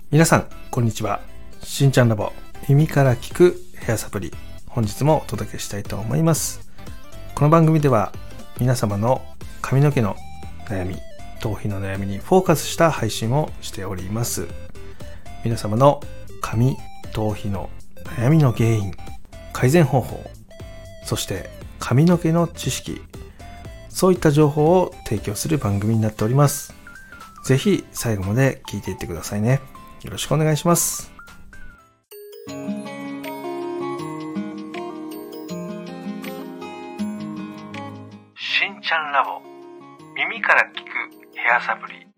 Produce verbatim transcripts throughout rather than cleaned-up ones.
皆さんこんにちは。しんちゃんラボ耳から聞くヘアサプリ、本日もお届けしたいと思います。この番組では皆様の髪の毛の悩み、頭皮の悩みにフォーカスした配信をしております。皆様の髪、頭皮の悩みの原因、改善方法、そして髪の毛の知識、そういった情報を提供する番組になっております。ぜひ最後まで聞いていってくださいね。よろしくお願いします。しんちゃんラボ耳から聞くヘアサプリ。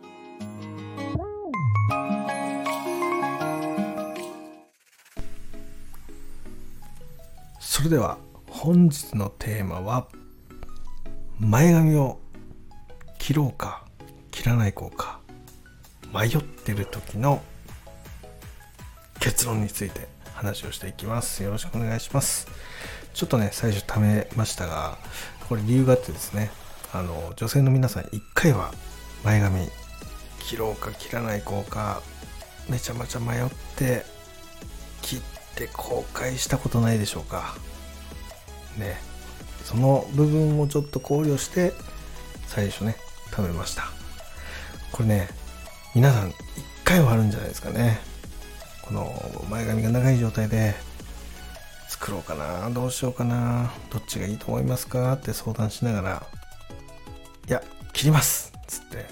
それでは本日のテーマは、前髪を切ろうか切らないこうか迷ってる時の結論について話をしていきます。よろしくお願いします。ちょっとね最初ためましたが、これ理由があってですね、あの女性の皆さん一回は前髪切ろうか切らないこうかめちゃめちゃ迷って切って後悔したことないでしょうかね。その部分をちょっと考慮して最初ねためました。これね皆さん一回はあるんじゃないですかね。この前髪が長い状態で作ろうかな、どうしようかな、どっちがいいと思いますかって相談しながら、いや切りますっつって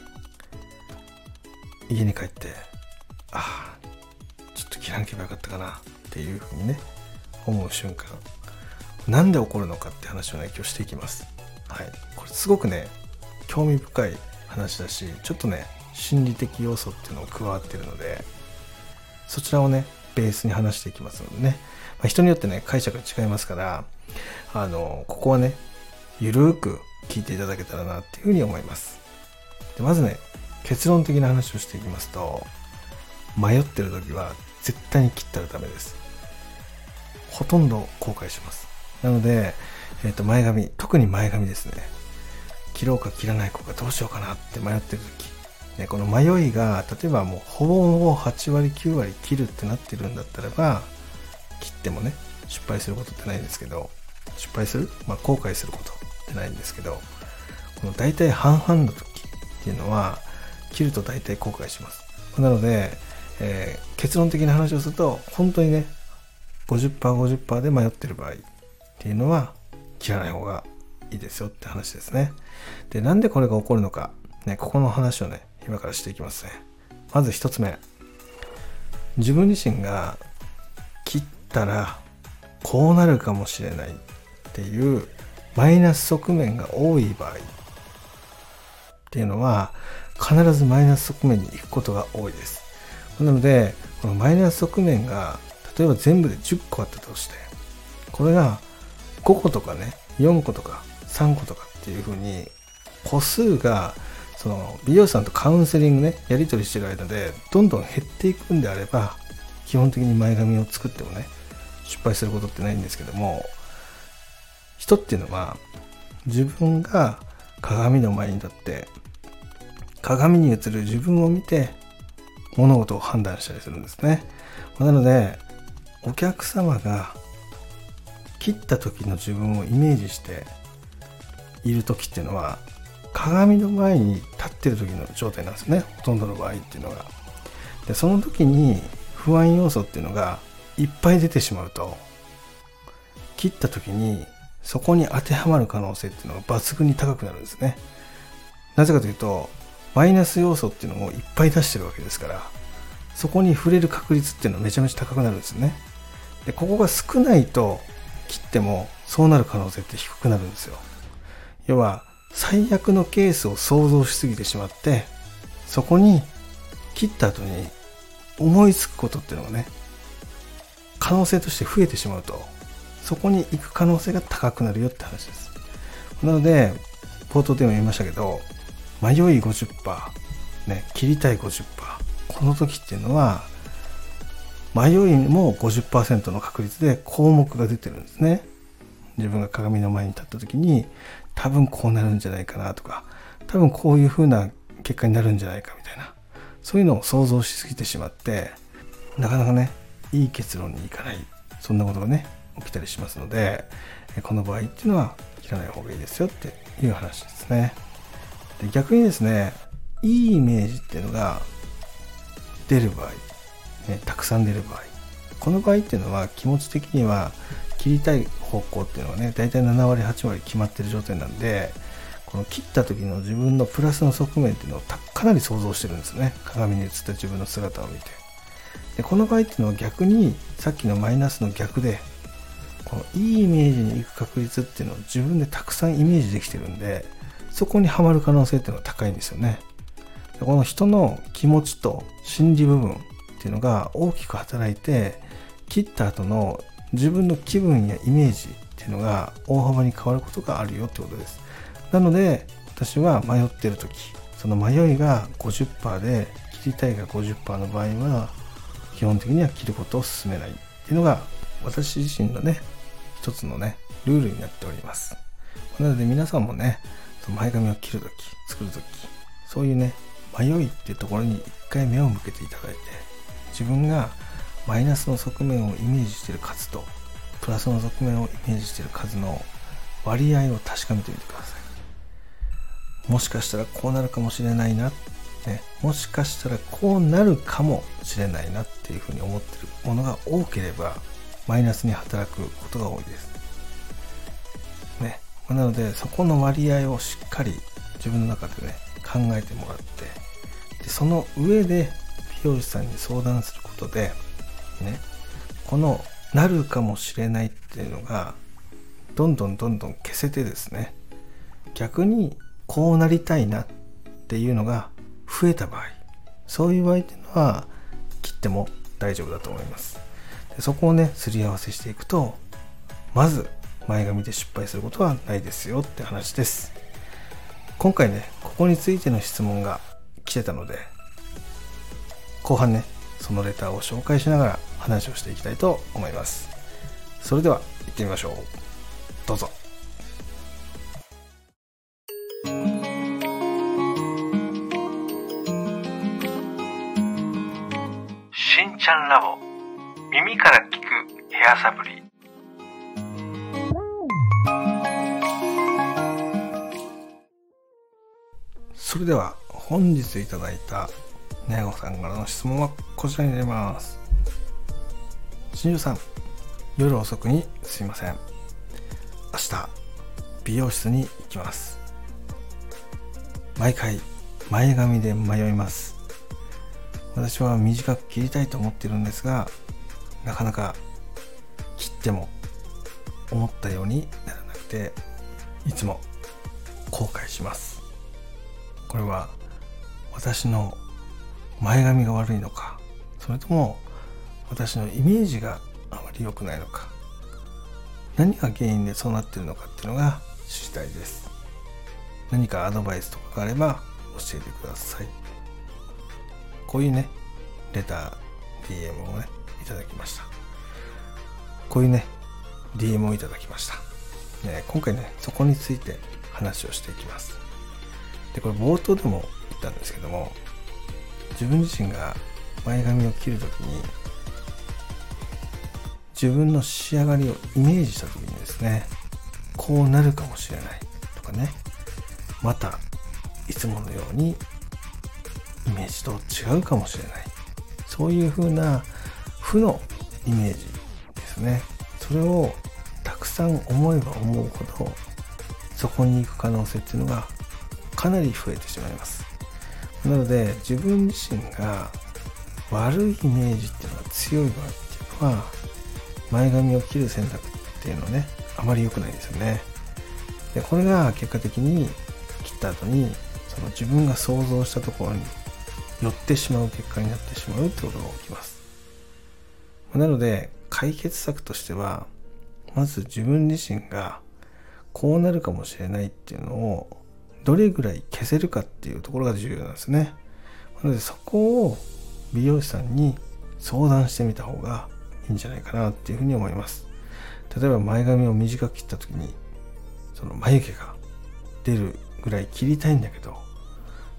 家に帰って、ああちょっと切らなければよかったかなっていうふうにね思う瞬間、なんで起こるのかって話をね今日していきます。はい、これすごくね興味深い話だし、ちょっとね心理的要素っていうのも加わっているので、そちらをねベースに話していきますのでね、まあ、人によってね解釈が違いますから、あのここはねゆるーく聞いていただけたらなっていうふうに思います。でまずね結論的な話をしていきますと、迷ってる時は絶対に切ったらダメです。ほとんど後悔します。なので、えーと、前髪、特に前髪ですね、切ろうか切らないかどうしようかなって迷ってる時、ね、この迷いが例えばもうほぼほぼはちわりきゅうわり切るってなってるんだったらば、切ってもね失敗することってないんですけど、失敗する、まあ、後悔することってないんですけど、この大体半々の時っていうのは切ると大体後悔します。なので、えー、結論的な話をすると、本当にね ごじゅっパーセントごじゅっパーセント で迷ってる場合っていうのは切らない方がいいですよって話ですね。で、なんでこれが起こるのか、ね、ここの話をね今からしていきますね。まず一つ目、自分自身が切ったらこうなるかもしれないっていうマイナス側面が多い場合っていうのは必ずマイナス側面に行くことが多いです。なのでこのマイナス側面が例えば全部でじゅっこあったとして、これがごことかねよんことかさんことかっていう風に個数がその美容師さんとカウンセリングねやり取りしてる間でどんどん減っていくんであれば、基本的に前髪を作ってもね失敗することってないんですけども、人っていうのは自分が鏡の前に立って鏡に映る自分を見て物事を判断したりするんですね。なのでお客様が切った時の自分をイメージしている時っていうのは鏡の前に立ってる時の状態なんですね、ほとんどの場合っていうのが。でその時に不安要素っていうのがいっぱい出てしまうと、切った時にそこに当てはまる可能性っていうのが抜群に高くなるんですね。なぜかというとマイナス要素っていうのをいっぱい出してるわけですから、そこに触れる確率っていうのはめちゃめちゃ高くなるんですね。でここが少ないと切ってもそうなる可能性って低くなるんですよ。要は最悪のケースを想像しすぎてしまって、そこに切った後に思いつくことっていうのがね可能性として増えてしまうと、そこに行く可能性が高くなるよって話です。なので冒頭でも言いましたけど、迷い ごじゅっパーセント、ね、切りたい ごじゅっパーセント、この時っていうのは迷いも ごじゅっパーセント の確率で項目が出てるんですね。自分が鏡の前に立った時に多分こうなるんじゃないかなとか、多分こういう風な結果になるんじゃないかみたいな、 そういうのを想像しすぎてしまってなかなかねいい結論にいかない、そんなことがね起きたりしますので、この場合っていうのは切らない方がいいですよっていう話ですね。で逆にですね、いいイメージっていうのが出る場合、ね、たくさん出る場合、この場合っていうのは気持ち的には切りたい方向っていうのがねだいたいななわりはちわり決まってる状態なんで、この切った時の自分のプラスの側面っていうのをかなり想像してるんですね。鏡に映った自分の姿を見て。でこの場合っていうのは逆にさっきのマイナスの逆で、このいいイメージに行く確率っていうのを自分でたくさんイメージできてるんで、そこにはまる可能性っていうのが高いんですよね。でこの人の気持ちと心理部分っていうのが大きく働いて、切った後の自分の気分やイメージっていうのが大幅に変わることがあるよってことです。なので私は迷ってる時、その迷いが ごじゅっパーセント で切りたいが ごじゅっパーセント の場合は基本的には切ることを勧めないっていうのが私自身のね一つのねルールになっております。なので皆さんもね、前髪を切るとき、作るとき、そういうね迷いっていうところに一回目を向けていただいて、自分がマイナスの側面をイメージしている数とプラスの側面をイメージしている数の割合を確かめてみてください。もしかしたらこうなるかもしれないな、ね、もしかしたらこうなるかもしれないなっていうふうに思っているものが多ければマイナスに働くことが多いです、ね、なのでそこの割合をしっかり自分の中でね考えてもらって、でその上で美容師さんに相談することでね、このなるかもしれないっていうのがどんどんどんどん消せてですね、逆にこうなりたいなっていうのが増えた場合、そういう場合っていうのは切っても大丈夫だと思います。でそこをねすり合わせしていくと、まず前髪で失敗することはないですよって話です。今回ねここについての質問が来てたので、後半ねそのレターを紹介しながら話をしていきたいと思います。それでは行ってみましょう。どうぞ。しんちゃんラボ、耳から聞くヘアサプリ。それでは本日いただいたねごさんからの質問はこちらになります。しんじゅうさん、夜遅くにすいません。明日美容室に行きます。毎回前髪で迷います。私は短く切りたいと思っているんですが、なかなか切っても思ったようにならなくて、いつも後悔します。これは私の前髪が悪いのか、それとも私のイメージがあまり良くないのか、何が原因でそうなっているのかっていうのが知りたいです。何かアドバイスとかがあれば教えてください。こういうねレター ディーエム をねいただきました。こういうね ディーエム をいただきました、ね、今回ねそこについて話をしていきます。でこれ冒頭でも言ったんですけども、自分自身が前髪を切るときに自分の仕上がりをイメージしたときにですね、こうなるかもしれないとかね、またいつものようにイメージと違うかもしれない、そういう風な負のイメージですね。それをたくさん思えば思うほどそこに行く可能性っていうのがかなり増えてしまいます。なので自分自身が悪いイメージっていうのが強い場合っていうのは前髪を切る選択っていうのはねあまり良くないですよね。でこれが結果的に切った後にその自分が想像したところに寄ってしまう結果になってしまうってことが起きます。なので解決策としては、まず自分自身がこうなるかもしれないっていうのをどれぐらい消せるかっていうところが重要なんですね。なのでそこを美容師さんに相談してみた方がいいんじゃないかなっていうふうに思います。例えば前髪を短く切った時にその眉毛が出るぐらい切りたいんだけど、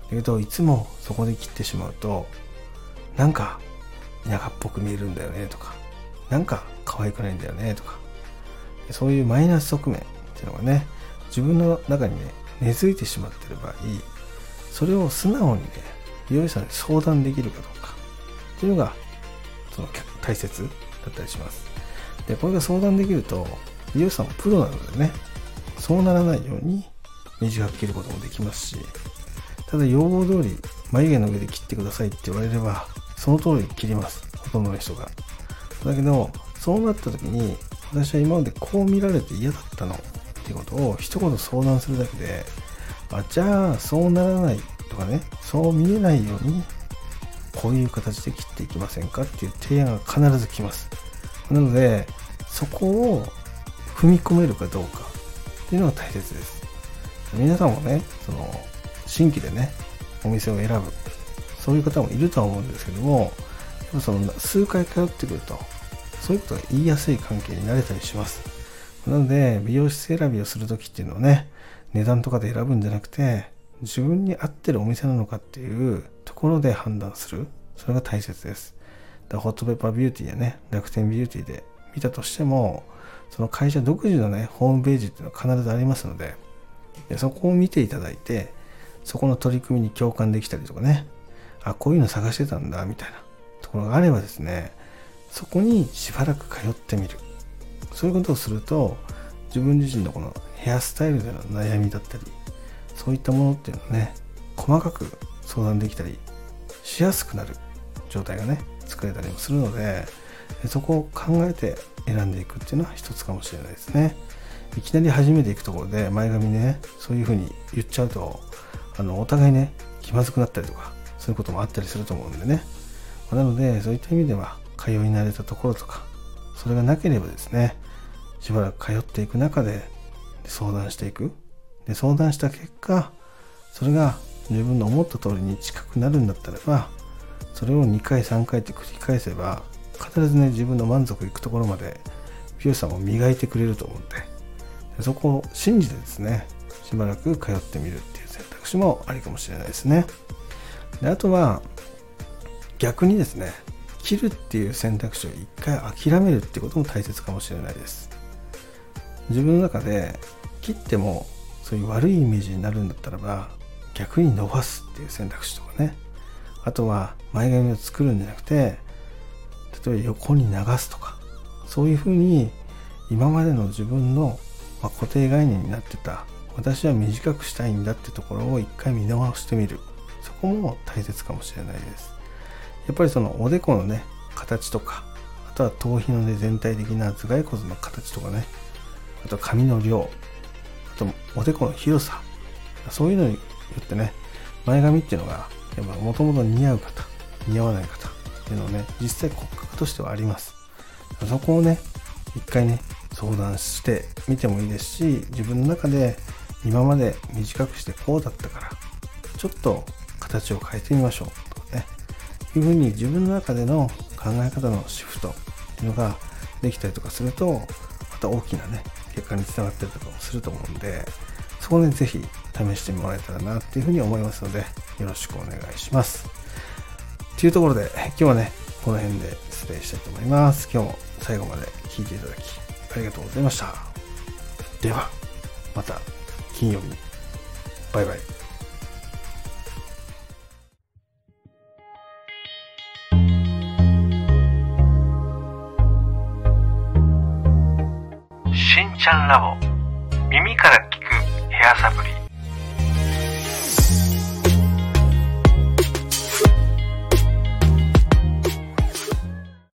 けどいつもそこで切ってしまうと、なんか田舎っぽく見えるんだよねとか、なんか可愛くないんだよねとか、そういうマイナス側面っていうのがね、自分の中にね根付いてしまっている場合、それを素直にね美容師さんに相談できるかどうかっていうのがその大切だったりします。でこれが相談できると、美容師さんもプロなのでね、そうならないように短く切ることもできますし、ただ要望通り眉毛の上で切ってくださいって言われればその通り切ります、ほとんどの人が。だけどそうなった時に、私は今までこう見られて嫌だったのっていうことを一言相談するだけで、あ、じゃあそうならないとかね、そう見えないようにこういう形で切っていきませんかっていう提案が必ず来ます。なのでそこを踏み込めるかどうかっていうのが大切です。皆さんもね、その新規でねお店を選ぶ、そういう方もいるとは思うんですけども、その数回通ってくるとそういうことが言いやすい関係になれたりします。なので美容室選びをするときっていうのはね、値段とかで選ぶんじゃなくて、自分に合ってるお店なのかっていうところで判断する、それが大切です。だからホットペッパービューティーやね、楽天ビューティーで見たとしても、その会社独自のねホームページっていうのは必ずありますので、でそこを見ていただいて、そこの取り組みに共感できたりとかね、あ、こういうの探してたんだみたいなところがあればですね、そこにしばらく通ってみる、そういうことをすると、自分自身のこのヘアスタイルでの悩みだったり、そういったものっていうのをね細かく相談できたりしやすくなる状態がね作れたりもするので、そこを考えて選んでいくっていうのは一つかもしれないですね。いきなり初めて行くところで前髪ねそういう風に言っちゃうと、あのお互いね気まずくなったりとか、そういうこともあったりすると思うんでね、なのでそういった意味では通い慣れたところとか、それがなければですね、しばらく通っていく中で相談していく。で相談した結果、それが自分の思った通りに近くなるんだったらば、それをにかいさんかいって繰り返せば、必ずね自分の満足いくところまで美容師さんも磨いてくれると思うんで、でそこを信じてですね、しばらく通ってみるっていう選択肢もありかもしれないですね。であとは逆にですね、切るっていう選択肢を一回諦めるっていうことも大切かもしれないです。自分の中で切ってもそういう悪いイメージになるんだったらば、逆に伸ばすっていう選択肢とかね、あとは前髪を作るんじゃなくて、例えば横に流すとか、そういうふうに今までの自分の固定概念になってた、私は短くしたいんだってところを一回見直してみる、そこも大切かもしれないです。やっぱりそのおでこのね形とか、あとは頭皮のね全体的な頭蓋骨の形とかね、あと髪の量、あとおでこの広さ、そういうのによってね、前髪っていうのがもともと似合う方似合わない方っていうのをね、実際骨格としてはあります。そこをね一回ね相談してみてもいいですし、自分の中で今まで短くしてこうだったからちょっと形を変えてみましょうとかね、いうふうに自分の中での考え方のシフトっていうのができたりとかすると、また大きなね結果につながったりとかもすると思うんで、そこでぜひ試してもらえたらなっていうふうに思いますので、よろしくお願いします。というところで今日はねこの辺で失礼したいと思います。今日も最後まで聞いていただきありがとうございました。ではまた金曜日に。バイバイ。 しんちゃんラボ、耳から聞くヘアサプリ。